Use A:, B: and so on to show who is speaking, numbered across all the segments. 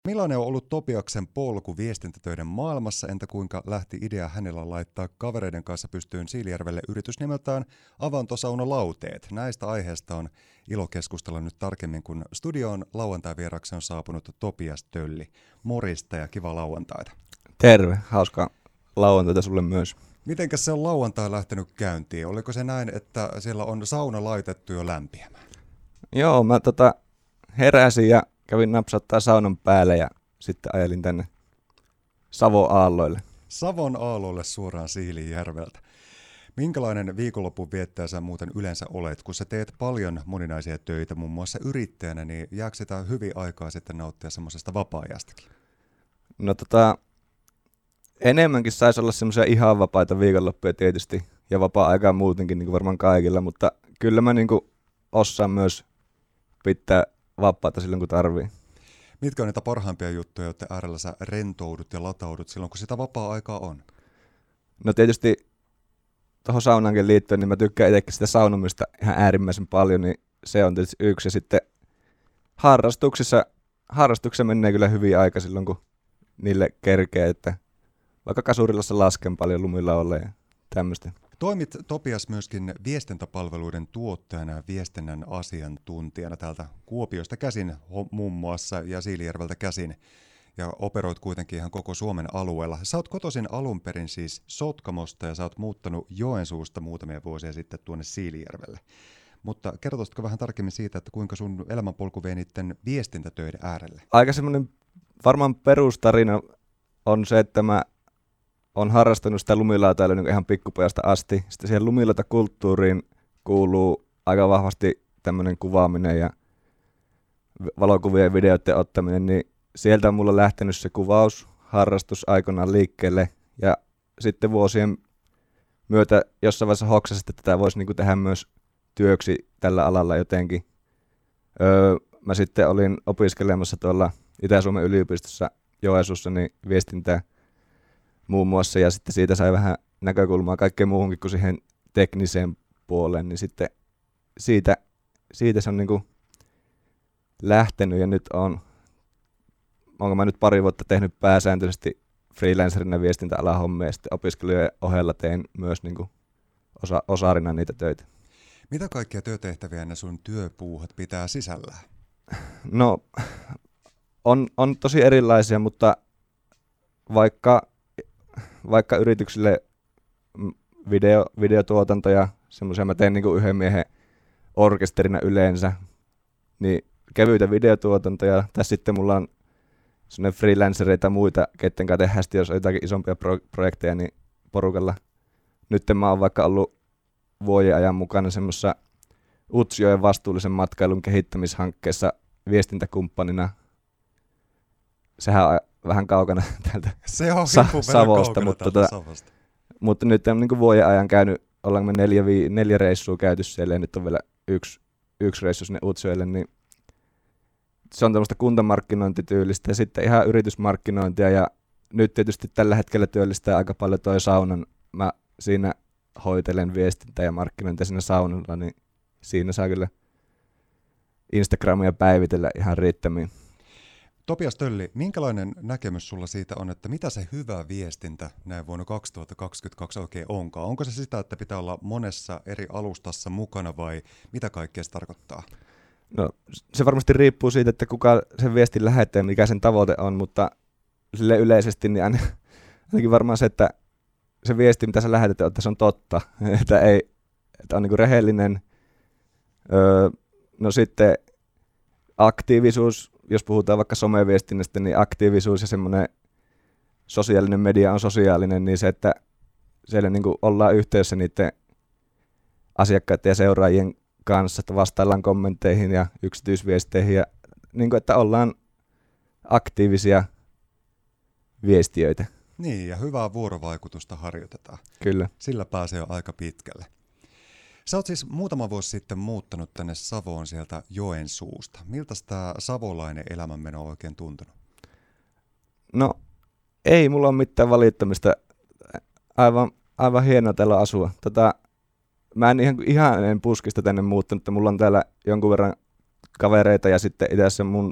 A: Millainen on ollut Topiaksen polku viestintätöiden maailmassa, entä kuinka lähti idea hänellä laittaa kavereiden kanssa pystyyn Siilijärvelle yritys nimeltään Avantosauna Lauteet? Näistä aiheista on ilo keskustella nyt tarkemmin, kun studioon lauantai-vieraksi on saapunut Topias Tölli. Morista ja kiva lauantaita.
B: Terve, hauskaa lauantaita sulle myös.
A: Mitenkäs se on lauantai lähtenyt käyntiin? Oliko se näin, että siellä on sauna laitettu jo lämpiämään?
B: Joo, mä heräsin ja kävin napsauttaa saunan päälle ja sitten ajelin tänne Savon aalloille.
A: Savon aalloille suoraan Siilijärveltä. Minkälainen viikonlopun viettäjä sä muuten yleensä olet? Kun sä teet paljon moninaisia töitä, muun muassa yrittäjänä, niin jääkö sitä hyvin aikaa sitten nauttia semmoisesta vapaa-ajastakin?
B: No enemmänkin saisi olla semmoisia ihan vapaita viikonloppuja tietysti ja vapaa-aikaa muutenkin niin kuin varmaan kaikilla, mutta kyllä mä niin kuin osaan myös pitää vapaata silloin kun tarvii.
A: Mitkä on niitä parhaimpia juttuja, joiden äärellä sä rentoudut ja lataudut silloin, kun sitä vapaa-aikaa on?
B: No tietysti tuohon saunaankin liittyen, niin mä tykkään itsekin sitä saunomista ihan äärimmäisen paljon, niin se on tietysti yksi. Ja sitten harrastuksessa menee kyllä hyvin aika silloin, kun niille kerkee, että vaikka Kasurilassa lasken paljon lumilla olla ja tämmöistä.
A: Toimit Topias myöskin viestintäpalveluiden tuottajana ja viestinnän asiantuntijana täältä Kuopiosta käsin muun muassa ja Siilijärveltä käsin ja operoit kuitenkin ihan koko Suomen alueella. Sä oot kotoisin alun perin siis Sotkamosta ja sä oot muuttanut Joensuusta muutamia vuosia sitten tuonne Siilijärvelle. Mutta kertoisitko vähän tarkemmin siitä, että kuinka sun elämänpolku vei niiden viestintätöiden äärelle?
B: Aika semmoinen varmaan perustarina on se, että mä on harrastanut sitä lumilautailua niin ihan pikkupojasta asti. Sitten siihen lumilautakulttuuriin kuuluu aika vahvasti tämmöinen kuvaaminen ja valokuvien ja videoiden ottaminen, niin sieltä on mulla lähtenyt se kuvausharrastus aikanaan liikkeelle. Ja sitten vuosien myötä jossain vaiheessa hoksasi, että tätä voisi niin kuin tehdä myös työksi tällä alalla jotenkin. Mä sitten olin opiskelemassa tuolla Itä-Suomen yliopistossa Joensuussa niin viestintää muun muassa, ja sitten siitä sai vähän näkökulmaa kaikkeen muuhunkin kuin siihen tekniseen puoleen, niin sitten siitä se on niinku lähtenyt, ja nyt onko mä nyt pari vuotta tehnyt pääsääntöisesti freelancerina viestintäalan hommia, ja sitten opiskelujen ohella teen myös niinku osarina niitä töitä.
A: Mitä kaikkia työtehtäviä ne sun työpuuhat pitää sisällään?
B: No, on tosi erilaisia, mutta vaikka yrityksille videotuotantoja, semmoisia mä teen niinku yhden miehen orkesterina yleensä, niin kevyitä videotuotantoja, tai sitten mulla on semmoinen freelancereita ja muita, ketten kanssa tehdään sitten, jos on jotakin isompia projekteja, niin porukalla. Nyt mä oon vaikka ollut vuoden ajan mukana semmoisessa Utsjoen vastuullisen matkailun kehittämishankkeessa viestintäkumppanina. Sehän on vähän kaukana täältä Savosta, mutta nyt on niin vuoden ajan käynyt, ollaanko me neljä reissua käyty siellä ja nyt on vielä yksi reissu sinne Utsjoelle, niin se on tämmöistä kuntamarkkinointityylistä ja sitten ihan yritysmarkkinointia ja nyt tietysti tällä hetkellä työllistää aika paljon toi saunan. Mä siinä hoitelen viestintää ja markkinointia siinä saunalla, niin siinä saa kyllä Instagramia päivitellä ihan riittämiin.
A: Topias Tölli, minkälainen näkemys sulla siitä on, että mitä se hyvä viestintä näin vuonna 2022 oikein onkaan? Onko se sitä, että pitää olla monessa eri alustassa mukana vai mitä kaikkea se tarkoittaa?
B: No, se varmasti riippuu siitä, että kuka sen viestin lähettää ja mikä sen tavoite on, mutta sille yleisesti niin ainakin varmaan se, että se viesti, mitä sä lähetät, että se on totta, että on niin kuin rehellinen. No sitten aktiivisuus, jos puhutaan vaikka someviestinnästä, niin aktiivisuus ja semmoinen sosiaalinen media on sosiaalinen, niin se, että siellä niin kuin ollaan yhteydessä niiden asiakkaiden ja seuraajien kanssa, että vastaillaan kommentteihin ja yksityisviesteihin ja niin kuin, että ollaan aktiivisia viestiöitä.
A: Niin, ja hyvää vuorovaikutusta harjoitetaan.
B: Kyllä.
A: Sillä pääsee jo aika pitkälle. Sä oot siis muutama vuosi sitten muuttanut tänne Savoon sieltä Joensuusta. Miltä tämä savolainen elämänmeno on oikein tuntunut?
B: No, ei mulla ole mitään valittamista. Aivan hienoa täällä asua. Mä en ihan puskista tänne muuttanut, että mulla on täällä jonkun verran kavereita ja sitten itse asiassa mun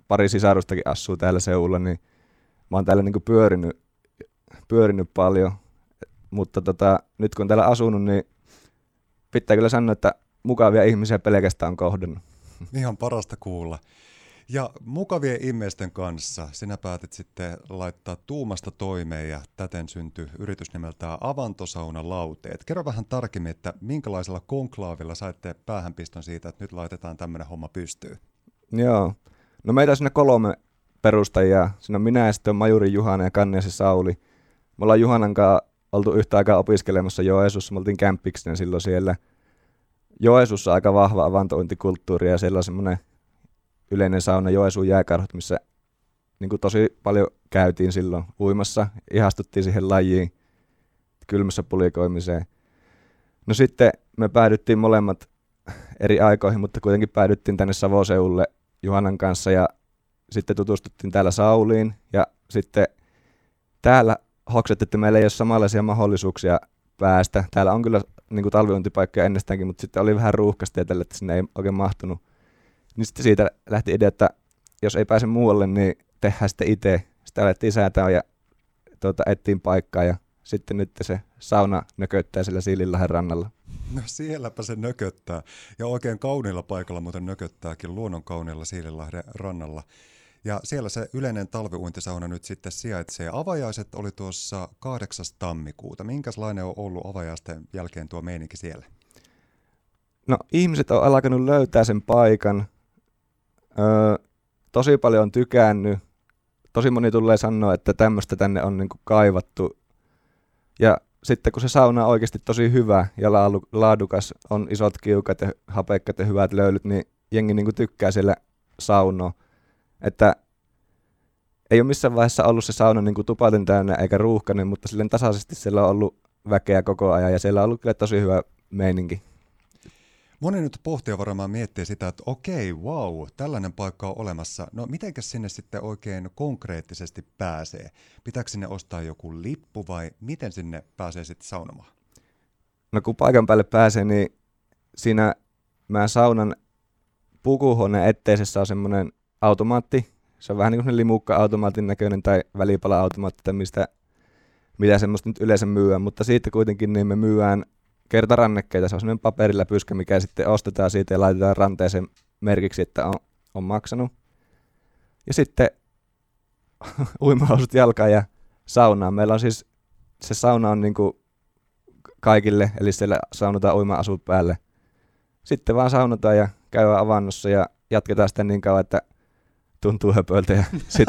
B: pari sisarustakin asuu täällä seudulla, niin mä oon täällä niinku pyörinyt paljon. Mutta nyt kun täällä asunut, niin pitää kyllä sanoa, että mukavia ihmisiä pelkästään on kohdannut.
A: Ihan parasta kuulla. Ja mukavien ihmisten kanssa sinä päätit sitten laittaa tuumasta toimeen ja täten syntyi yritys nimeltään Avantosauna Lauteet. Kerro vähän tarkemmin, että minkälaisella konklaavilla saitte päähänpiston siitä, että nyt laitetaan tämmöinen homma pystyyn?
B: Joo. No meitä on siinä 3 perustajaa. Siinä on minä ja sitten on Majuri Juhana ja Kanniasi Sauli. Me ollaan Juhanan kanssa oltu yhtä aikaa opiskelemassa Joensuussa. Me oltiin kämppiksinä silloin siellä. Joensuussa aika vahva avantointikulttuuri ja siellä on semmoinen yleinen sauna Joensuun jääkarhut, missä niin kuin tosi paljon käytiin silloin uimassa. Ihastuttiin siihen lajiin, kylmässä pulikoimiseen. No sitten me päädyttiin molemmat eri aikoihin, mutta kuitenkin päädyttiin tänne Savoseudulle Juhanan kanssa ja sitten tutustuttiin täällä Sauliin ja sitten täällä hoksettiin, että meillä ei ole samanlaisia mahdollisuuksia päästä. Täällä on kyllä niin kuin talviointipaikkoja ennestäänkin, mutta sitten oli vähän ruuhkasti ja tälle, että sinne ei oikein mahtunut. Niin sitten siitä lähti idea, että jos ei pääse muualle, niin tehdään sitten itse. Sitten alettiin säätää ja ettiin paikkaa ja sitten nyt se sauna nököttää sillä Siilinlahden rannalla.
A: No sielläpä se nököttää ja oikein kauniilla paikalla muuten nököttääkin luonnon kauniilla Siilinlahden rannalla. Ja siellä se yleinen talviuintisauna nyt sitten sijaitsee. Avajaiset oli tuossa 8. tammikuuta. Minkälainen on ollut avajaisten jälkeen tuo meininki siellä?
B: No ihmiset on alkanut löytää sen paikan. Tosi paljon on tykännyt. Tosi moni tulee sanoa, että tämmöistä tänne on niinku kaivattu. Ja sitten kun se sauna on oikeasti tosi hyvä ja laadukas, on isot kiukat ja hapekkat ja hyvät löylyt, niin jengi niinku tykkää siellä saunoa. Että ei ole missään vaiheessa ollut se sauna niin kuin tupaten täynnä eikä ruuhkainen, mutta silleen tasaisesti siellä on ollut väkeä koko ajan ja siellä on ollut kyllä tosi hyvä meininki.
A: Moni nyt pohtia varmaan miettiä sitä, että okei, wow, tällainen paikka on olemassa. No mitenkäs sinne sitten oikein konkreettisesti pääsee? Pitääkö sinne ostaa joku lippu vai miten sinne pääsee sitten saunomaan?
B: No kun paikan päälle pääsee, niin siinä mä saunan pukuhuoneen etteisessä on semmoinen automaatti. Se on vähän niin kuin limukka-automaatin näköinen tai välipala-automaatti tai mitä semmoista nyt yleensä myyään, mutta siitä kuitenkin niin me myyään kertarannekkeita. Se on semmoinen paperiläpyskä, mikä sitten ostetaan siitä ja laitetaan ranteeseen merkiksi, että on maksanut. Ja sitten uimahousut jalkaan ja saunaan. Meillä on siis, se sauna on niin kuin kaikille, eli siellä saunotaan uima-asut päälle. Sitten vaan ja käydään avannossa ja jatketaan sitä niin kauan, että tuntuu höpöltä ja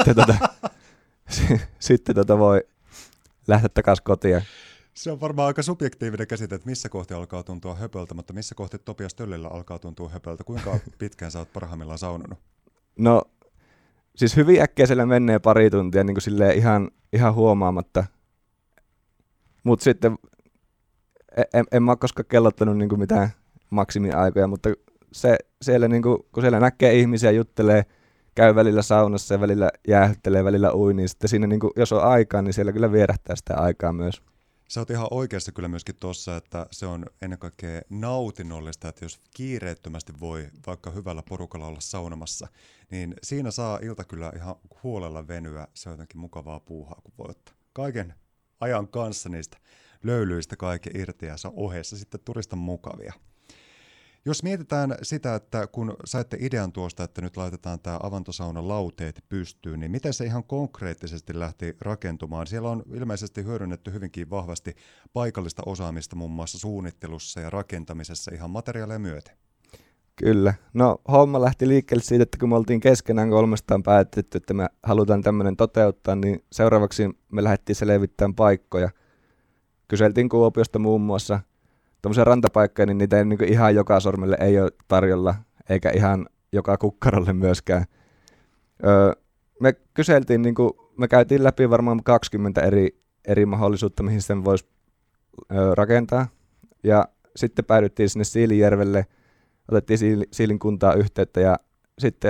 B: sitten voi lähteä takaisin kotiin.
A: Se on varmaan aika subjektiivinen käsite, että missä kohti alkaa tuntua höpöltä, mutta missä kohti Topias Töllillä alkaa tuntua höpöltä. Kuinka pitkään sä oot parhaimmillaan saunonut? No
B: siis hyvin äkkiä siellä menee pari tuntia niin kuin silleen ihan huomaamatta. Mutta sitten en mä ole koskaan kellottanut niin kuin mitään maksimiaikoja, mutta se siellä niin kuin, kun siellä näkee ihmisiä, juttelee, käy välillä saunassa ja välillä jäähdyttelee, välillä ui, niin sitten siinä niin kuin, jos on aikaa, niin siellä kyllä vierähtää sitä aikaa myös.
A: Sä oot ihan oikeassa kyllä myöskin tossa, että se on ennen kaikkea nautinnollista, että jos kiireettömästi voi vaikka hyvällä porukalla olla saunomassa, niin siinä saa ilta kyllä ihan huolella venyä. Se on jotenkin mukavaa puuhaa, kun voi ottaa kaiken ajan kanssa niistä löylyistä kaiken irti ja se on ohessa sitten turistan mukavia. Jos mietitään sitä, että kun saitte idean tuosta, että nyt laitetaan tämä Avantosauna Lauteet pystyyn, niin miten se ihan konkreettisesti lähti rakentumaan? Siellä on ilmeisesti hyödynnetty hyvinkin vahvasti paikallista osaamista muun muassa suunnittelussa ja rakentamisessa ihan materiaaleja myöten.
B: Kyllä. No homma lähti liikkeelle siitä, että kun me oltiin keskenään 300 päätetty, että me halutaan tämmöinen toteuttaa, niin seuraavaksi me lähdettiin selvittämään paikkoja. Kyseltiin Kuopiosta muun muassa tuommoisia rantapaikkoja, niin niitä ei niin ihan joka sormelle ei ole tarjolla, eikä ihan joka kukkarolle myöskään. Me kyseltiin, niin kuin, me käytiin läpi varmaan 20 eri mahdollisuutta, mihin sen voisi rakentaa. Ja sitten päädyttiin sinne Siilinjärvelle, otettiin Siilin kuntaan yhteyttä ja sitten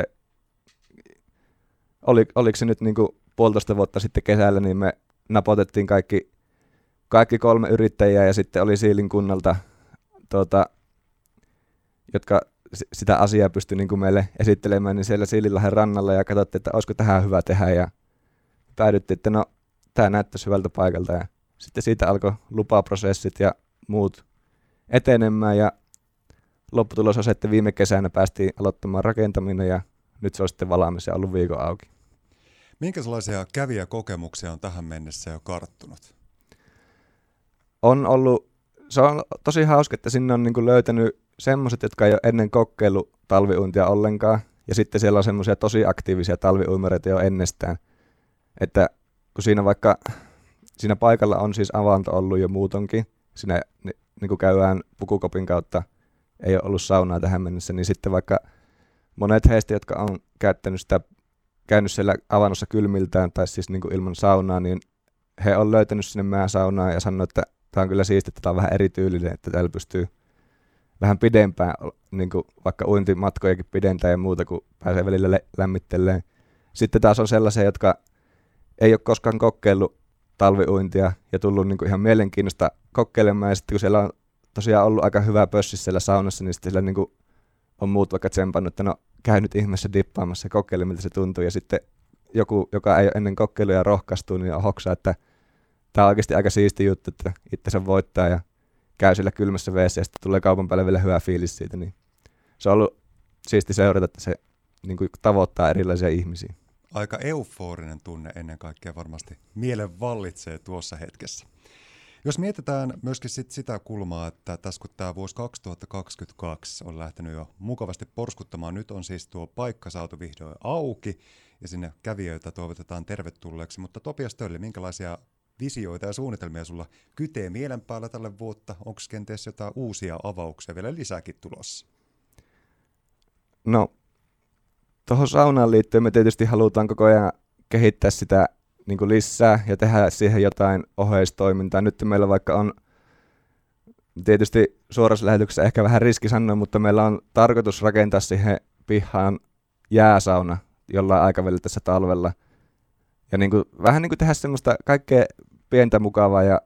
B: oliko se nyt niin kuin 1,5 vuotta sitten kesällä, niin me napotettiin kaikki 3 yrittäjää ja sitten oli Siilin kunnalta, jotka sitä asiaa pystyi niin kuin meille esittelemään, niin siellä Siililahden rannalla ja katsottiin, että olisiko tähän hyvä tehdä ja päädyttiin, että no tämä näyttäisi hyvältä paikalta ja sitten siitä alkoi lupaprosessit ja muut etenemään ja lopputulos on se, että viime kesänä päästiin aloittamaan rakentaminen ja nyt se on sitten valmis ja ollut viikon auki.
A: Minkälaisia kävijäkokemuksia on tähän mennessä jo karttunut?
B: On ollut, se on tosi hauska, että sinne on niin kuin löytänyt semmoiset, jotka ei ole ennen kokeillut talviuintia ollenkaan ja sitten siellä on semmoisia tosi aktiivisia talviuimareita jo ennestään. Että kun siinä paikalla on siis avanto ollut jo muutonkin, siinä niin kuin käydään pukukopin kautta, ei ole ollut saunaa tähän mennessä, niin sitten vaikka monet heistä, jotka on käynyt siellä avannossa kylmiltään tai siis niin kuin ilman saunaa, niin he on löytänyt sinne määsaunaa ja sanonut, että tämä on kyllä siistiä, että tämä on vähän erityylinen, että täällä pystyy vähän pidempään, niin kuin vaikka uintimatkojakin pidentää ja muuta, kun pääsee välillä lämmittelemään. Sitten taas on sellaisia, jotka ei ole koskaan kokeillut talviuintia ja tullut niin kuin ihan mielenkiinnosta kokeilemaan. Ja sitten kun siellä on tosiaan ollut aika hyvä pössi siellä saunassa, niin sitten siellä niin kuin on muut vaikka tsempannut, että no käy nyt ihmeessä dippaamassa ja kokeile, miltä se tuntuu. Ja sitten joku, joka ei ole ennen kokeiluja rohkaistuu, niin hoksaa, että tämä on oikeasti aika siisti juttu, että itsensä voittaa ja käy siellä kylmässä veessä ja sitten tulee kaupan päälle vielä hyvä fiilis siitä. Niin se on ollut siisti seurata, että se niin kuin tavoittaa erilaisia ihmisiä.
A: Aika euforinen tunne ennen kaikkea varmasti mielen vallitsee tuossa hetkessä. Jos mietitään myöskin sitä kulmaa, että tässä kun tämä vuosi 2022 on lähtenyt jo mukavasti porskuttamaan, nyt on siis tuo paikka saatu vihdoin auki ja sinne kävijöitä toivotetaan tervetulleeksi. Mutta Topias Tölli, minkälaisia visioita ja suunnitelmia sulla kytee mielen päällä tälle vuotta? Onko kenties jotain uusia avauksia vielä lisääkin tulossa?
B: No, tuohon saunaan liittyen me tietysti halutaan koko ajan kehittää sitä niin kuin lisää ja tehdä siihen jotain oheistoimintaa. Nyt meillä vaikka on tietysti suorassa lähetyksessä ehkä vähän riski sanoa, mutta meillä on tarkoitus rakentaa siihen pihaan jääsauna jollain aikavälillä tässä talvella. Ja niin kuin, vähän niin kuin tehdä semmoista kaikkea pientä mukavaa ja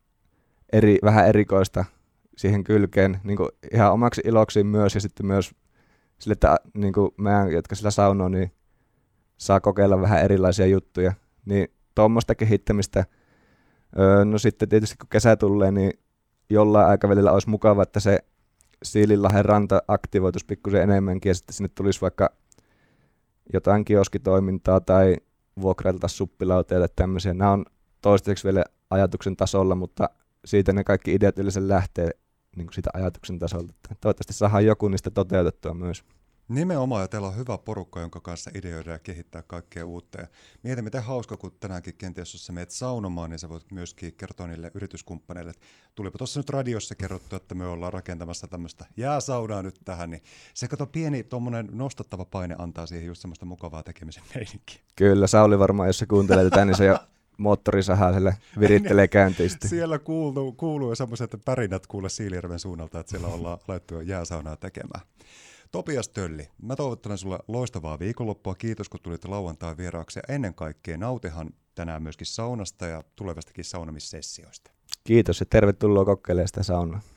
B: vähän erikoista siihen kylkeen. Niin kuin ihan omaksi iloksiin myös ja sitten myös sille, että niin kuin meidän, jotka sillä saunoo, niin saa kokeilla vähän erilaisia juttuja. Niin tuommoista kehittämistä. No sitten tietysti kun kesä tulee, niin jollain aikavälillä olisi mukava, että se Siililahden ranta aktivoituisi pikkusen enemmänkin ja sitten sinne tulisi vaikka jotain kioskitoimintaa tai vuokrailtaisiin suppilauteille tämmöisiä. Nämä on toistaiseksi vielä ajatuksen tasolla, mutta siitä ne kaikki ideat yleensä lähtee niin kuin siitä ajatuksen tasolta. Toivottavasti saadaan joku niistä toteutettua myös.
A: Nimenomaan, ja teillä on hyvä porukka, jonka kanssa ideoida ja kehittää kaikkea uutta. Ja mieti, miten hauska, kun tänäänkin kenties, jos sä meet saunomaan, niin sä voit myöskin kertoa niille yrityskumppaneille, että tulipa tuossa nyt radiossa kerrottu, että me ollaan rakentamassa tämmöistä jääsaunaa nyt tähän, niin se kato pieni tuommoinen nostattava paine antaa siihen just semmoista mukavaa tekemisen meininkiä.
B: Kyllä, Sauli varmaan, jos se kuuntelee tätä, niin se jo moottorisahaa sille virittelee käyntisti.
A: Siellä kuuluu jo semmoiset pärinät kuule Siilijärven suunnalta, että siellä ollaan laittu jääsaunaa tekemään. Topias Tölli, mä toivottelen sulle loistavaa viikonloppua. Kiitos, kun tulit lauantain vieraaksi. Ja ennen kaikkea nautihan tänään myöskin saunasta ja tulevastakin saunamissessioista.
B: Kiitos ja tervetuloa kokeilemaan sitä saunaa.